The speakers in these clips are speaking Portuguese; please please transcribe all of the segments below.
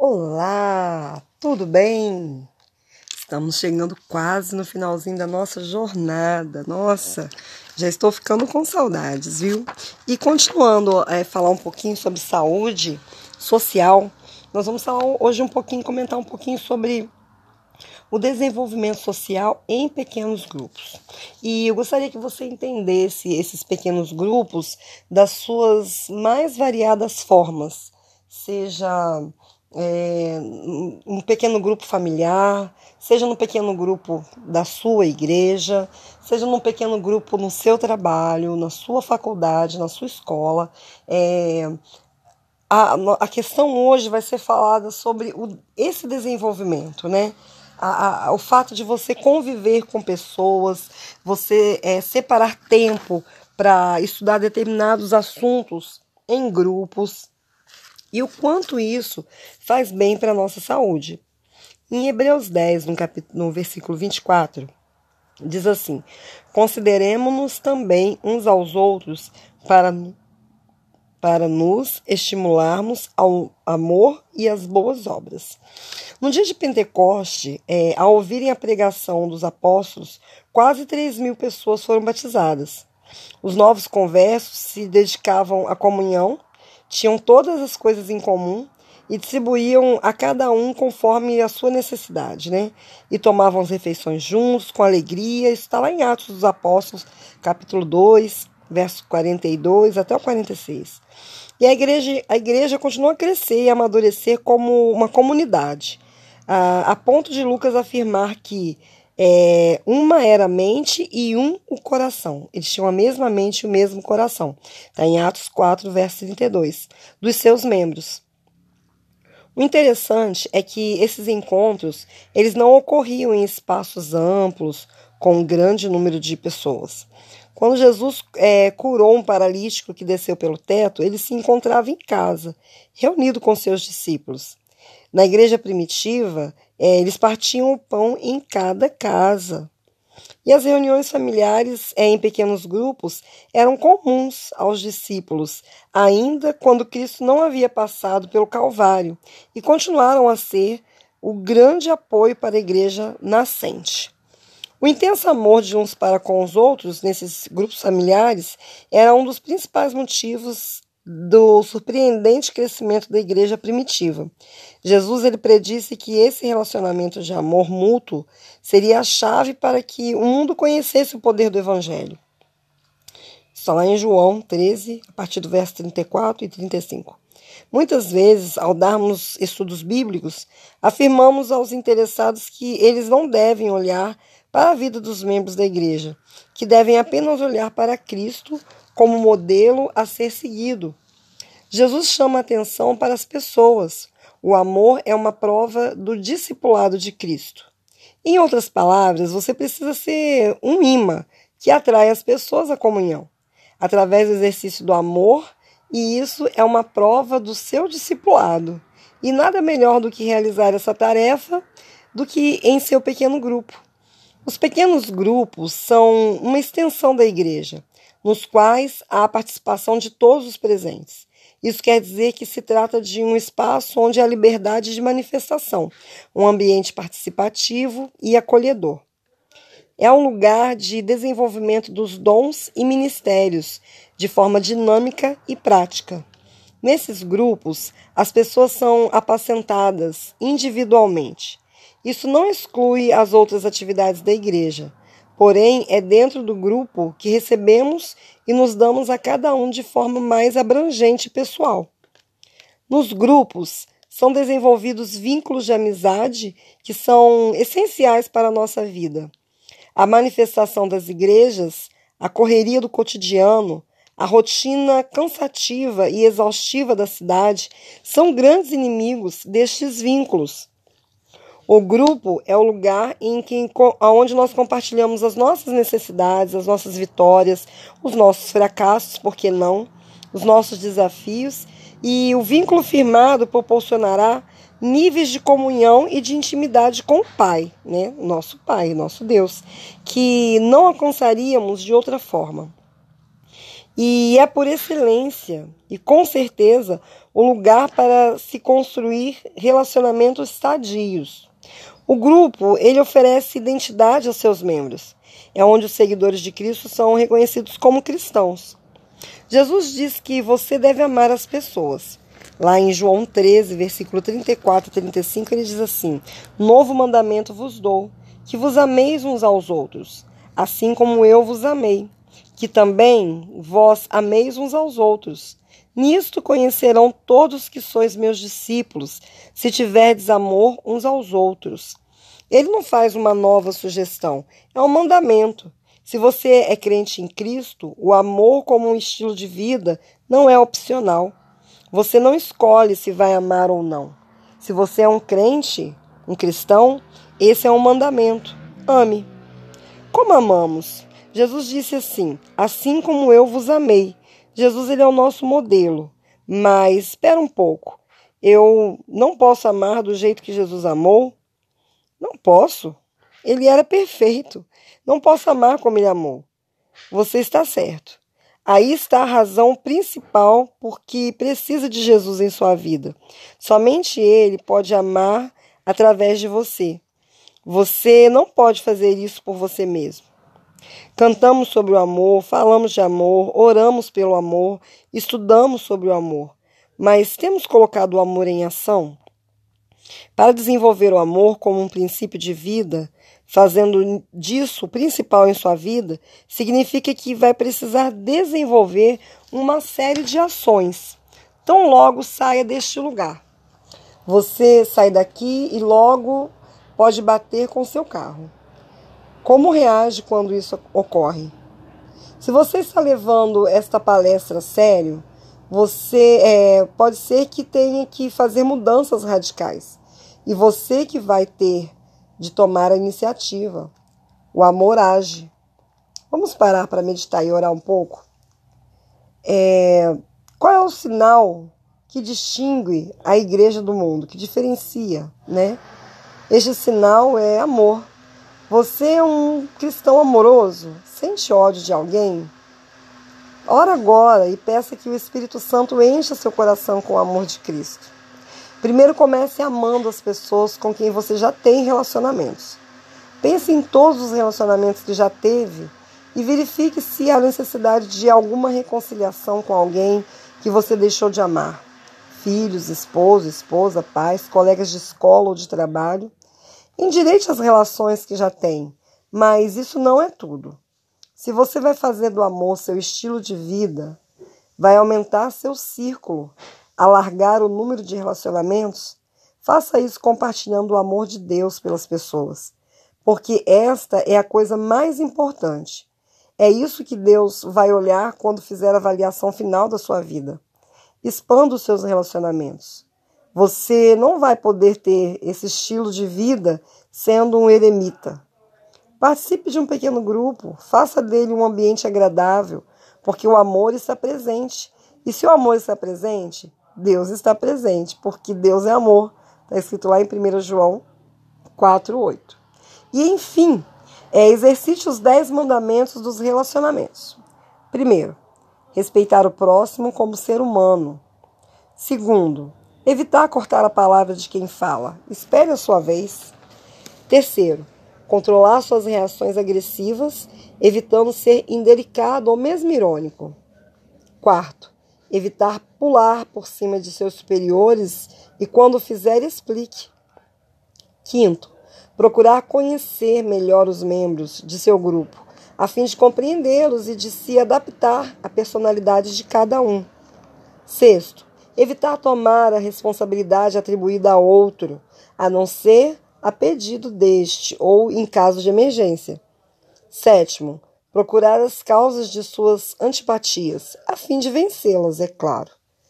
Olá, tudo bem? Estamos chegando quase no finalzinho da nossa jornada. Nossa, já estou ficando com saudades, viu? E continuando a falar um pouquinho sobre saúde social, nós vamos falar hoje comentar um pouquinho sobre o desenvolvimento social em pequenos grupos. E eu gostaria que você entendesse esses pequenos grupos das suas mais variadas formas, seja um pequeno grupo familiar, seja num pequeno grupo da sua igreja, seja num pequeno grupo no seu trabalho, na sua faculdade, na sua escola. A questão hoje vai ser falada sobre esse desenvolvimento, né? O fato de você conviver com pessoas, você separar tempo para estudar determinados assuntos em grupos e o quanto isso faz bem para a nossa saúde. Em Hebreus 10, no versículo 24, diz assim: consideremo-nos também uns aos outros para nos estimularmos ao amor e às boas obras. No dia de Pentecoste, ao ouvirem a pregação dos apóstolos, quase 3.000 pessoas foram batizadas. Os novos conversos se dedicavam à comunhão, tinham todas as coisas em comum e distribuíam a cada um conforme a sua necessidade, né? E tomavam as refeições juntos, com alegria. Isso está lá em Atos dos Apóstolos, capítulo 2, verso 42 até o 46. E a igreja continua a crescer e amadurecer como uma comunidade, a ponto de Lucas afirmar que uma era a mente e o coração. Eles tinham a mesma mente e o mesmo coração. Está em Atos 4, verso 32, dos seus membros. O interessante é que esses encontros eles não ocorriam em espaços amplos, com um grande número de pessoas. Quando Jesus curou um paralítico que desceu pelo teto, ele se encontrava em casa, reunido com seus discípulos. Na igreja primitiva, eles partiam o pão em cada casa. E as reuniões familiares em pequenos grupos eram comuns aos discípulos, ainda quando Cristo não havia passado pelo Calvário, e continuaram a ser o grande apoio para a igreja nascente. O intenso amor de uns para com os outros nesses grupos familiares era um dos principais motivos do surpreendente crescimento da igreja primitiva. Jesus ele predisse que esse relacionamento de amor mútuo seria a chave para que o mundo conhecesse o poder do Evangelho. Está lá em João 13, a partir do verso 34 e 35. Muitas vezes, ao darmos estudos bíblicos, afirmamos aos interessados que eles não devem olhar para a vida dos membros da igreja, que devem apenas olhar para Cristo como modelo a ser seguido. Jesus chama a atenção para as pessoas. O amor é uma prova do discipulado de Cristo. Em outras palavras, você precisa ser um imã que atrai as pessoas à comunhão, através do exercício do amor, e isso é uma prova do seu discipulado. E nada melhor do que realizar essa tarefa do que em seu pequeno grupo. Os pequenos grupos são uma extensão da igreja, nos quais há a participação de todos os presentes. Isso quer dizer que se trata de um espaço onde há liberdade de manifestação, um ambiente participativo e acolhedor. É um lugar de desenvolvimento dos dons e ministérios, de forma dinâmica e prática. Nesses grupos, as pessoas são apacentadas individualmente. Isso não exclui as outras atividades da igreja, porém é dentro do grupo que recebemos e nos damos a cada um de forma mais abrangente e pessoal. Nos grupos são desenvolvidos vínculos de amizade que são essenciais para a nossa vida. A manifestação das igrejas, a correria do cotidiano, a rotina cansativa e exaustiva da cidade são grandes inimigos destes vínculos. O grupo é o lugar onde nós compartilhamos as nossas necessidades, as nossas vitórias, os nossos fracassos, por que não, os nossos desafios, e o vínculo firmado proporcionará níveis de comunhão e de intimidade com o Pai, né? Nosso Pai, nosso Deus, que não alcançaríamos de outra forma. E é por excelência e com certeza o lugar para se construir relacionamentos sadios. O grupo, ele oferece identidade aos seus membros. É onde os seguidores de Cristo são reconhecidos como cristãos. Jesus diz que você deve amar as pessoas. Lá em João 13, versículo 34 e 35, ele diz assim: Novo mandamento vos dou, que vos ameis uns aos outros, assim como eu vos amei, que também vós ameis uns aos outros. Nisto conhecerão todos que sois meus discípulos, se tiverdes amor uns aos outros. Ele não faz uma nova sugestão, é um mandamento. Se você é crente em Cristo, o amor como um estilo de vida não é opcional. Você não escolhe se vai amar ou não. Se você é um crente, um cristão, esse é um mandamento. Ame. Como amamos? Jesus disse assim como eu vos amei. Jesus, ele é o nosso modelo. Mas, espera um pouco, eu não posso amar do jeito que Jesus amou? Não posso. Ele era perfeito. Não posso amar como ele amou. Você está certo. Aí está a razão principal por que precisa de Jesus em sua vida. Somente ele pode amar através de você. Você não pode fazer isso por você mesmo. Cantamos sobre o amor, falamos de amor, oramos pelo amor, estudamos sobre o amor. Mas temos colocado o amor em ação? Para desenvolver o amor como um princípio de vida, fazendo disso o principal em sua vida, significa que vai precisar desenvolver uma série de ações. Tão logo saia deste lugar. Você sai daqui e logo pode bater com seu carro. Como reage quando isso ocorre? Se você está levando esta palestra a sério, você pode ser que tenha que fazer mudanças radicais. E você que vai ter de tomar a iniciativa. O amor age. Vamos parar para meditar e orar um pouco? Qual é o sinal que distingue a igreja do mundo, que diferencia, né? Este sinal é amor. Você é um cristão amoroso? Sente ódio de alguém? Ora agora e peça que o Espírito Santo encha seu coração com o amor de Cristo. Primeiro comece amando as pessoas com quem você já tem relacionamentos. Pense em todos os relacionamentos que já teve e verifique se há necessidade de alguma reconciliação com alguém que você deixou de amar. Filhos, esposo, esposa, pais, colegas de escola ou de trabalho. Endireite as relações que já tem, mas isso não é tudo. Se você vai fazer do amor seu estilo de vida, vai aumentar seu círculo, alargar o número de relacionamentos, faça isso compartilhando o amor de Deus pelas pessoas, porque esta é a coisa mais importante. É isso que Deus vai olhar quando fizer a avaliação final da sua vida. Expanda os seus relacionamentos. Você não vai poder ter esse estilo de vida sendo um eremita. Participe de um pequeno grupo, faça dele um ambiente agradável, porque o amor está presente. E se o amor está presente, Deus está presente, porque Deus é amor. Está escrito lá em 1 João 4:8. E, enfim, exercite os 10 mandamentos dos relacionamentos. Primeiro, respeitar o próximo como ser humano. Segundo, evitar cortar a palavra de quem fala. Espere a sua vez. Terceiro, controlar suas reações agressivas, evitando ser indelicado ou mesmo irônico. Quarto, evitar pular por cima de seus superiores e, quando fizer, explique. Quinto, procurar conhecer melhor os membros de seu grupo, a fim de compreendê-los e de se adaptar à personalidade de cada um. Sexto, evitar tomar a responsabilidade atribuída a outro, a não ser a pedido deste ou em caso de emergência. Sétimo, procurar as causas de suas antipatias, a fim de vencê-las, é claro.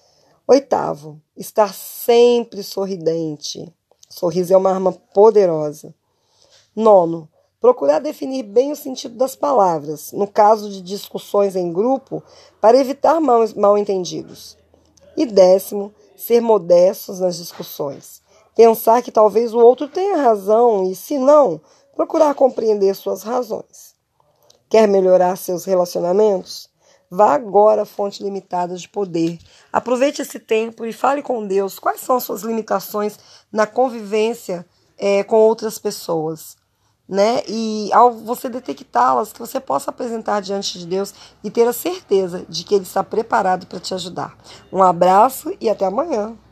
Oitavo, estar sempre sorridente. Sorriso é uma arma poderosa. Nono, procurar definir bem o sentido das palavras, no caso de discussões em grupo, para evitar mal-entendidos. E décimo, ser modestos nas discussões. Pensar que talvez o outro tenha razão e, se não, procurar compreender suas razões. Quer melhorar seus relacionamentos? Vá agora à fonte limitada de poder. Aproveite esse tempo e fale com Deus quais são as suas limitações na convivência com outras pessoas, né? E ao você detectá-las, que você possa apresentar diante de Deus e ter a certeza de que Ele está preparado para te ajudar. Um abraço e até amanhã.